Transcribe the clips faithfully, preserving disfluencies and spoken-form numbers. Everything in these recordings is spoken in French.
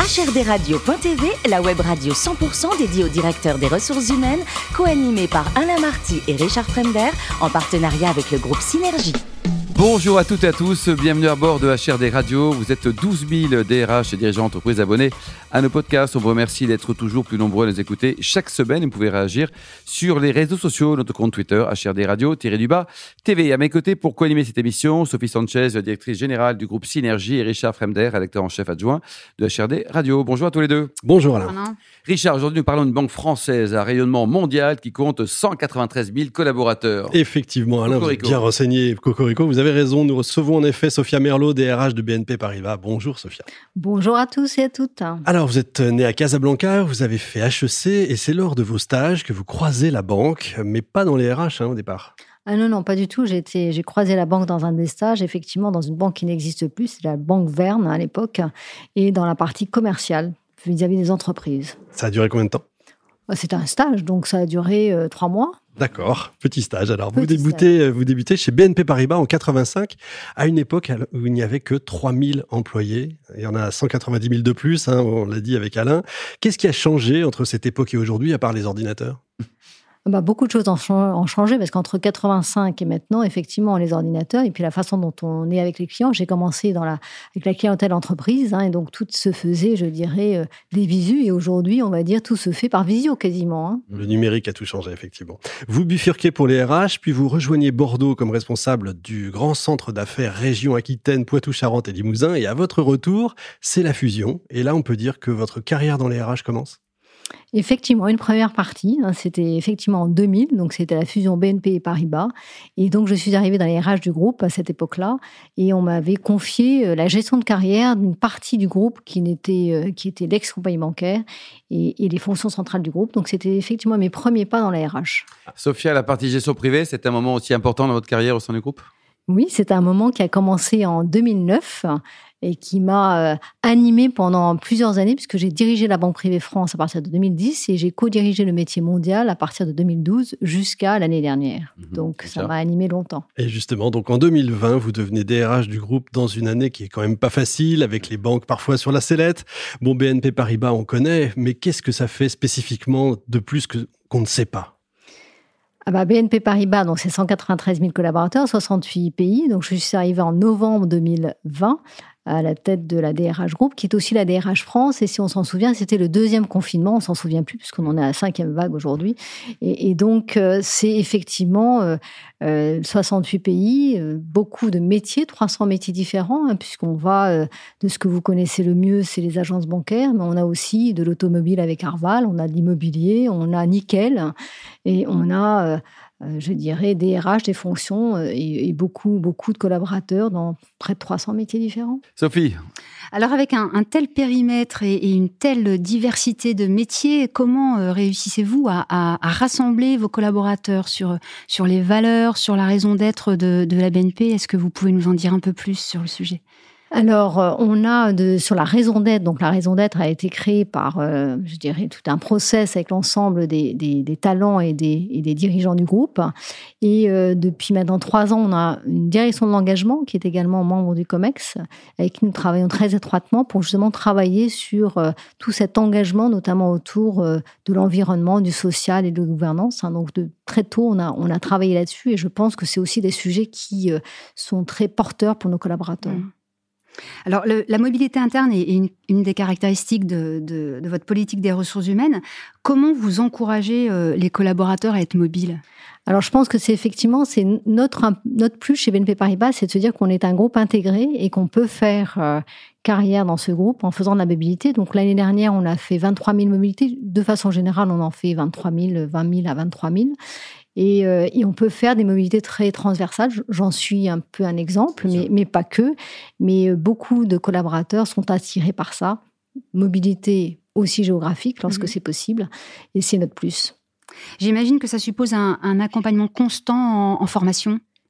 H R D radio point T V, la web radio cent pour cent dédiée aux directeurs des ressources humaines, co-animée par Alain Marty et Richard Fremder, en partenariat avec le groupe Synergie. Bonjour à toutes et à tous, bienvenue à bord de H R D Radio. Vous êtes douze mille D R H et dirigeants d'entreprise abonnés à nos podcasts. On vous remercie d'être toujours plus nombreux à nous écouter chaque semaine. Vous pouvez réagir sur les réseaux sociaux, notre compte Twitter, H R D Radio-du-bas T V. À mes côtés, pour co-animer cette émission, Sophie Sanchez, directrice générale du groupe Synergie, et Richard Fremder, rédacteur en chef adjoint de H R D Radio. Bonjour à tous les deux. Bonjour Alain. Richard, aujourd'hui nous parlons d'une banque française à rayonnement mondial qui compte cent quatre-vingt-treize mille collaborateurs. Effectivement, Alain, Cocorico. Vous êtes bien renseigné, Cocorico. Vous avez raison, nous recevons en effet Sophia Merlot, D R H de B N P Paribas. Bonjour Sophia. Bonjour à tous et à toutes. Alors, vous êtes née à Casablanca, vous avez fait H E C et c'est lors de vos stages que vous croisez la banque, mais pas dans les R H hein, au départ. Ah non, non, pas du tout. J'ai, été, j'ai croisé la banque dans un des stages, effectivement, dans une banque qui n'existe plus, c'est la banque Verne à l'époque, et dans la partie commerciale, vis-à-vis des entreprises. Ça a duré combien de temps ? C'était un stage, donc ça a duré euh, trois mois. D'accord, petit stage. Alors, petit vous, débutez, stage. vous débutez chez B N P Paribas en quatre-vingt-cinq, à une époque où il n'y avait que trois mille employés. Il y en a cent quatre-vingt-dix mille de plus, hein, on l'a dit avec Alain. Qu'est-ce qui a changé entre cette époque et aujourd'hui, à part les ordinateurs ? Bah, beaucoup de choses ont changé parce qu'entre quatre-vingt-cinq et maintenant, effectivement, les ordinateurs et puis la façon dont on est avec les clients. J'ai commencé dans la, avec la clientèle entreprise hein, et donc tout se faisait, je dirais, euh, des visus. Et aujourd'hui, on va dire, tout se fait par visio quasiment. Hein. Le numérique a tout changé, effectivement. Vous bifurquez pour les R H, puis vous rejoignez Bordeaux comme responsable du grand centre d'affaires région Aquitaine, Poitou-Charentes et Limousin. Et à votre retour, c'est la fusion. Et là, on peut dire que votre carrière dans les R H commence ? Effectivement, une première partie, hein, c'était effectivement en deux mille, donc c'était la fusion B N P et Paribas. Et donc, je suis arrivée dans les R H du groupe à cette époque-là et on m'avait confié la gestion de carrière d'une partie du groupe qui, n'était, qui était l'ex-compagnie bancaire et, et les fonctions centrales du groupe. Donc, c'était effectivement mes premiers pas dans la R H. Sophia, la partie gestion privée, c'était un moment aussi important dans votre carrière au sein du groupe ? Oui, c'est un moment qui a commencé en deux mille neuf et qui m'a euh, animée pendant plusieurs années puisque j'ai dirigé la Banque Privée France à partir de deux mille dix et j'ai co-dirigé le métier mondial à partir de deux mille douze jusqu'à l'année dernière. Mmh, donc, ça, ça m'a animée longtemps. Et justement, donc en deux mille vingt, vous devenez D R H du groupe dans une année qui est quand même pas facile, avec les banques parfois sur la sellette. Bon, B N P Paribas, on connaît, mais qu'est-ce que ça fait spécifiquement de plus que, qu'on ne sait pas ? Ah bah B N P Paribas, donc c'est cent quatre-vingt-treize mille collaborateurs, soixante-huit pays. Donc, je suis arrivée en novembre deux mille vingt à la tête de la D R H Group, qui est aussi la D R H France. Et si on s'en souvient, c'était le deuxième confinement. On s'en souvient plus puisqu'on en est à la cinquième vague aujourd'hui. Et, et donc, euh, c'est effectivement euh, euh, soixante-huit pays, euh, beaucoup de métiers, trois cents métiers différents, hein, puisqu'on va euh, de ce que vous connaissez le mieux, c'est les agences bancaires, mais on a aussi de l'automobile avec Arval, on a de l'immobilier, on a Nickel, et on a... Euh, Euh, je dirais, des R H, des fonctions euh, et, et beaucoup, beaucoup de collaborateurs dans près de trois cents métiers différents. Sophie ? Alors, avec un, un tel périmètre et, et une telle diversité de métiers, comment euh, réussissez-vous à, à, à rassembler vos collaborateurs sur, sur les valeurs, sur la raison d'être de, de la B N P ? Est-ce que vous pouvez nous en dire un peu plus sur le sujet ? Alors, on a de, sur la raison d'être, donc la raison d'être a été créée par, euh, je dirais, tout un process avec l'ensemble des, des, des talents et des, et des dirigeants du groupe. Et euh, depuis maintenant trois ans, on a une direction de l'engagement qui est également membre du COMEX, avec qui nous travaillons très étroitement pour justement travailler sur euh, tout cet engagement, notamment autour euh, de l'environnement, du social et de la gouvernance. Hein. Donc, de très tôt, on a, on a travaillé là-dessus et je pense que c'est aussi des sujets qui euh, sont très porteurs pour nos collaborateurs. Mmh. Alors, le, la mobilité interne est une, une des caractéristiques de, de, de votre politique des ressources humaines. Comment vous encouragez euh, les collaborateurs à être mobiles ? Alors, je pense que c'est effectivement, c'est notre, notre plus chez B N P Paribas, c'est de se dire qu'on est un groupe intégré et qu'on peut faire euh, carrière dans ce groupe en faisant de la mobilité. Donc, l'année dernière, on a fait vingt-trois mille mobilités. De façon générale, on en fait vingt-trois mille, vingt mille à vingt-trois mille. Et, euh, et on peut faire des mobilités très transversales. J'en suis un peu un exemple, mais, mais pas que. Mais beaucoup de collaborateurs sont attirés par ça. Mobilité aussi géographique, lorsque mmh. c'est possible. Et c'est notre plus. J'imagine que ça suppose un, un accompagnement constant en, en formation.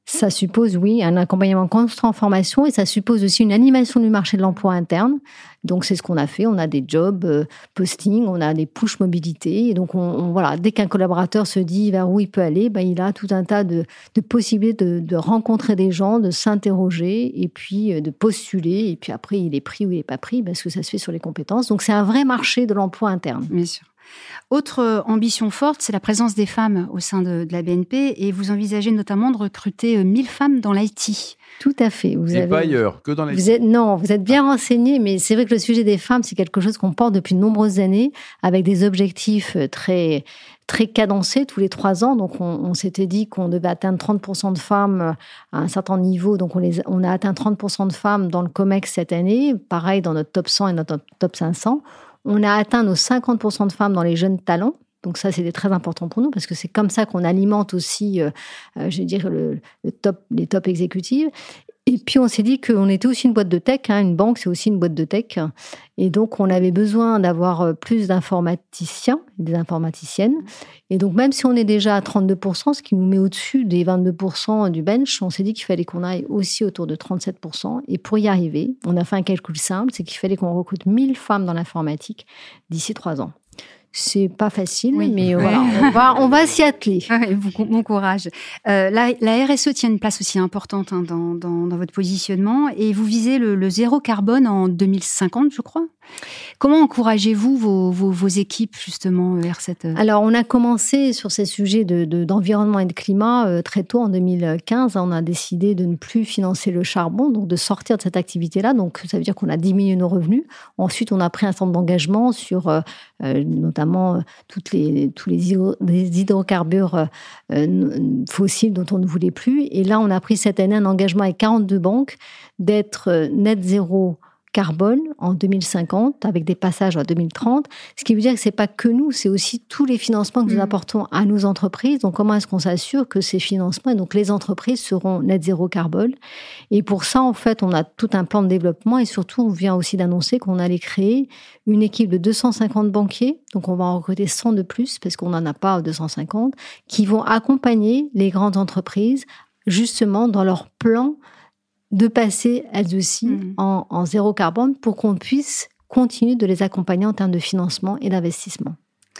Ça suppose, oui, un accompagnement constant en formation et ça suppose aussi une animation du marché de l'emploi interne. Donc, c'est ce qu'on a fait. On a des jobs euh, posting, on a des push mobilité. Et donc, on, on, voilà, dès qu'un collaborateur se dit vers où il peut aller, ben, il a tout un tas de, de possibilités de, de rencontrer des gens, de s'interroger et puis euh, de postuler. Et puis après, il est pris ou il n'est pas pris parce que ça se fait sur les compétences. Donc, c'est un vrai marché de l'emploi interne. Bien sûr. Autre ambition forte, c'est la présence des femmes au sein de, de la B N P et vous envisagez notamment de recruter mille femmes dans l'I T. Tout à fait. Vous et avez, pas ailleurs, que dans l'I T. Vous êtes, non, vous êtes bien renseigné, mais c'est vrai que le sujet des femmes, c'est quelque chose qu'on porte depuis de nombreuses années avec des objectifs très, très cadencés tous les trois ans. Donc, on, on s'était dit qu'on devait atteindre trente pour cent de femmes à un certain niveau. Donc, on, les, on a atteint trente pour cent de femmes dans le COMEX cette année. Pareil dans notre top cent et notre top cinq cents. On a atteint nos cinquante pour cent de femmes dans les jeunes talents. Donc ça, c'est très important pour nous parce que c'est comme ça qu'on alimente aussi, euh, euh, je veux dire, le, le top, les top exécutives. Et puis, on s'est dit qu'on était aussi une boîte de tech. Hein, une banque, c'est aussi une boîte de tech. Et donc, on avait besoin d'avoir plus d'informaticiens et des informaticiennes. Et donc, même si on est déjà à trente-deux pour cent, ce qui nous met au-dessus des vingt-deux pour cent du bench, on s'est dit qu'il fallait qu'on aille aussi autour de trente-sept pour cent. Et pour y arriver, on a fait un calcul simple, c'est qu'il fallait qu'on recrute mille femmes dans l'informatique d'ici trois ans. C'est pas facile, oui, mais oui. Voilà, on va, on va s'y atteler. Ouais, bon, bon courage. Euh, la, la R S E tient une place aussi importante hein, dans, dans, dans votre positionnement et vous visez le, le zéro carbone en deux mille cinquante, je crois. Comment encouragez-vous vos, vos, vos équipes justement vers cette... Alors, on a commencé sur ces sujets de, de, d'environnement et de climat euh, très tôt en deux mille quinze. On a décidé de ne plus financer le charbon, donc de sortir de cette activité-là. Donc, ça veut dire qu'on a diminué nos revenus. Ensuite, on a pris un certain nombre d'engagements sur euh, notamment euh, toutes les, tous les, hydro, les hydrocarbures euh, fossiles dont on ne voulait plus. Et là, on a pris cette année un engagement avec quarante-deux banques d'être net zéro carbone en deux mille cinquante, avec des passages en deux mille trente. Ce qui veut dire que ce n'est pas que nous, c'est aussi tous les financements que nous mmh. apportons à nos entreprises. Donc, comment est-ce qu'on s'assure que ces financements, et donc les entreprises seront net zéro carbone? Et pour ça, en fait, on a tout un plan de développement et surtout, on vient aussi d'annoncer qu'on allait créer une équipe de deux cent cinquante banquiers. Donc, on va en recruter cent de plus parce qu'on n'en a pas deux cent cinquante, qui vont accompagner les grandes entreprises justement dans leur plan de passer elles aussi mmh. en, en zéro carbone pour qu'on puisse continuer de les accompagner en termes de financement et d'investissement.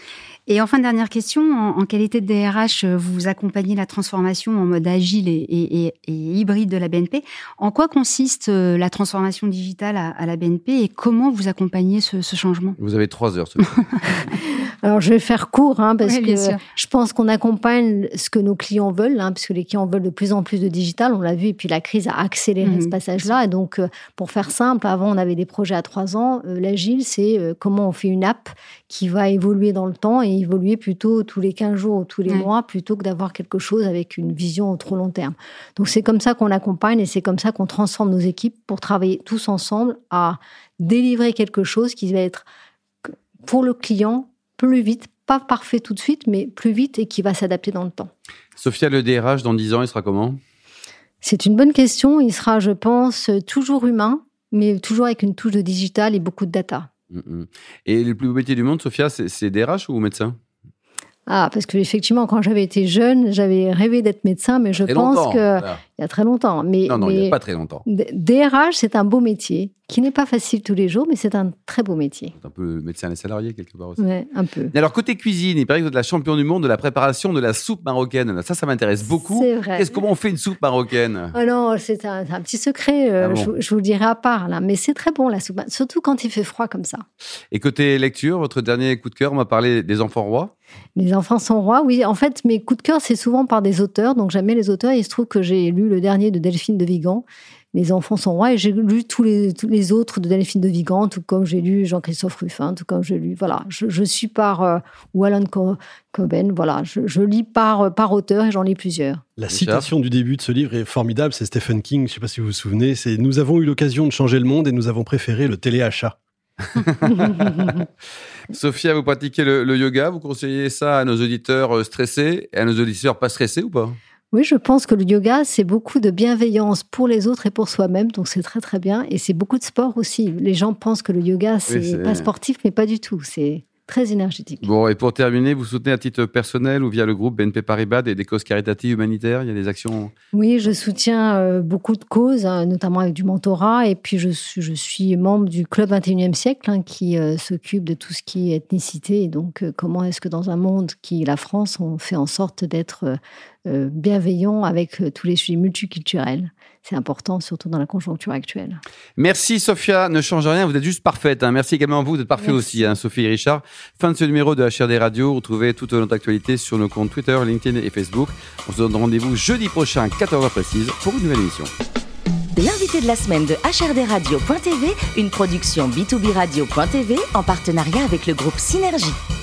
Et enfin, dernière question, en, en qualité de D R H, vous accompagnez la transformation en mode agile et, et, et, et hybride de la B N P. En quoi consiste la transformation digitale à, à la B N P et comment vous accompagnez ce, ce changement? Vous avez trois heures. Ce Alors, je vais faire court, hein, parce oui, que sûr. je pense qu'on accompagne ce que nos clients veulent, hein, parce que les clients veulent de plus en plus de digital, on l'a vu, et puis la crise a accéléré mmh. ce passage-là. Et donc, euh, pour faire simple, avant, on avait des projets à trois ans. Euh, l'agile, c'est euh, comment on fait une app qui va évoluer dans le temps et évoluer plutôt tous les quinze jours ou tous les mmh. mois, plutôt que d'avoir quelque chose avec une vision au trop long terme. Donc, c'est comme ça qu'on accompagne et c'est comme ça qu'on transforme nos équipes pour travailler tous ensemble à délivrer quelque chose qui va être, pour le client, plus vite, pas parfait tout de suite, mais plus vite et qui va s'adapter dans le temps. Sophia, le D R H, dans dix ans, il sera comment? C'est une bonne question. Il sera, je pense, toujours humain, mais toujours avec une touche de digital et beaucoup de data. Mmh. Et le plus beau métier du monde, Sophia, c'est, c'est D R H ou médecin? Ah, parce qu'effectivement, quand j'avais été jeune, j'avais rêvé d'être médecin, mais je pense qu'il y a très longtemps. Mais, non, non, mais il n'y a pas très longtemps. D R H, c'est un beau métier, qui n'est pas facile tous les jours, mais c'est un très beau métier. C'est un peu médecin et salarié, quelque part aussi. Oui, un peu. Et alors, côté cuisine, il paraît que vous êtes la championne du monde de la préparation de la soupe marocaine. Ça, ça m'intéresse beaucoup. C'est vrai. Qu'est-ce, comment on fait une soupe marocaine? Oh non, c'est un, un petit secret, euh, ah bon. je, je vous le dirai à part, là. Mais c'est très bon, la soupe, surtout quand il fait froid comme ça. Et côté lecture, votre dernier coup de cœur, on m'a parlé des Enfants rois. Les enfants sont rois, oui. En fait, mes coups de cœur, c'est souvent par des auteurs. Donc, j'aime bien les auteurs. Et il se trouve que j'ai lu le dernier de Delphine de Vigan, Les enfants sont rois. Et j'ai lu tous les, tous les autres de Delphine de Vigan, tout comme j'ai lu Jean-Christophe Ruffin, tout comme j'ai lu... Voilà, je, je suis par... Euh, ou Alan Coben, voilà. Je, je lis par, par auteur et j'en lis plusieurs. La citation du début de ce livre est formidable. C'est Stephen King, je ne sais pas si vous vous souvenez. C'est « Nous avons eu l'occasion de changer le monde et nous avons préféré le téléachat ». Sophia, vous pratiquez le, le yoga, vous conseillez ça à nos auditeurs stressés et à nos auditeurs pas stressés ou pas? Oui, je pense que le yoga, c'est beaucoup de bienveillance pour les autres et pour soi-même, donc c'est très très bien. Et c'est beaucoup de sport aussi. Les gens pensent que le yoga, c'est, oui, c'est... pas sportif, mais pas du tout. C'est très énergétique. Bon, et pour terminer, vous soutenez à titre personnel ou via le groupe B N P Paribas des, des causes caritatives humanitaires? Il y a des actions? Oui, je soutiens euh, beaucoup de causes, hein, notamment avec du mentorat. Et puis, je, suis- je suis membre du Club vingt et unième siècle, hein, qui euh, s'occupe de tout ce qui est ethnicité. Et donc, euh, comment est-ce que dans un monde qui est la France, on fait en sorte d'être euh, euh, bienveillant avec euh, tous les sujets multiculturels. C'est important, surtout dans la conjoncture actuelle. Merci Sophia, ne change rien, vous êtes juste parfaite. Hein. Merci également à vous, vous êtes parfait Merci. aussi, hein, Sophie et Richard. Fin de ce numéro de H R D Radio. Retrouvez toute notre actualité sur nos comptes Twitter, LinkedIn et Facebook. On se donne rendez-vous jeudi prochain, quatorze heures précise, pour une nouvelle émission. L'invité de la semaine de H R D Radio point T V, une production B deux B Radio point T V en partenariat avec le groupe Synergie.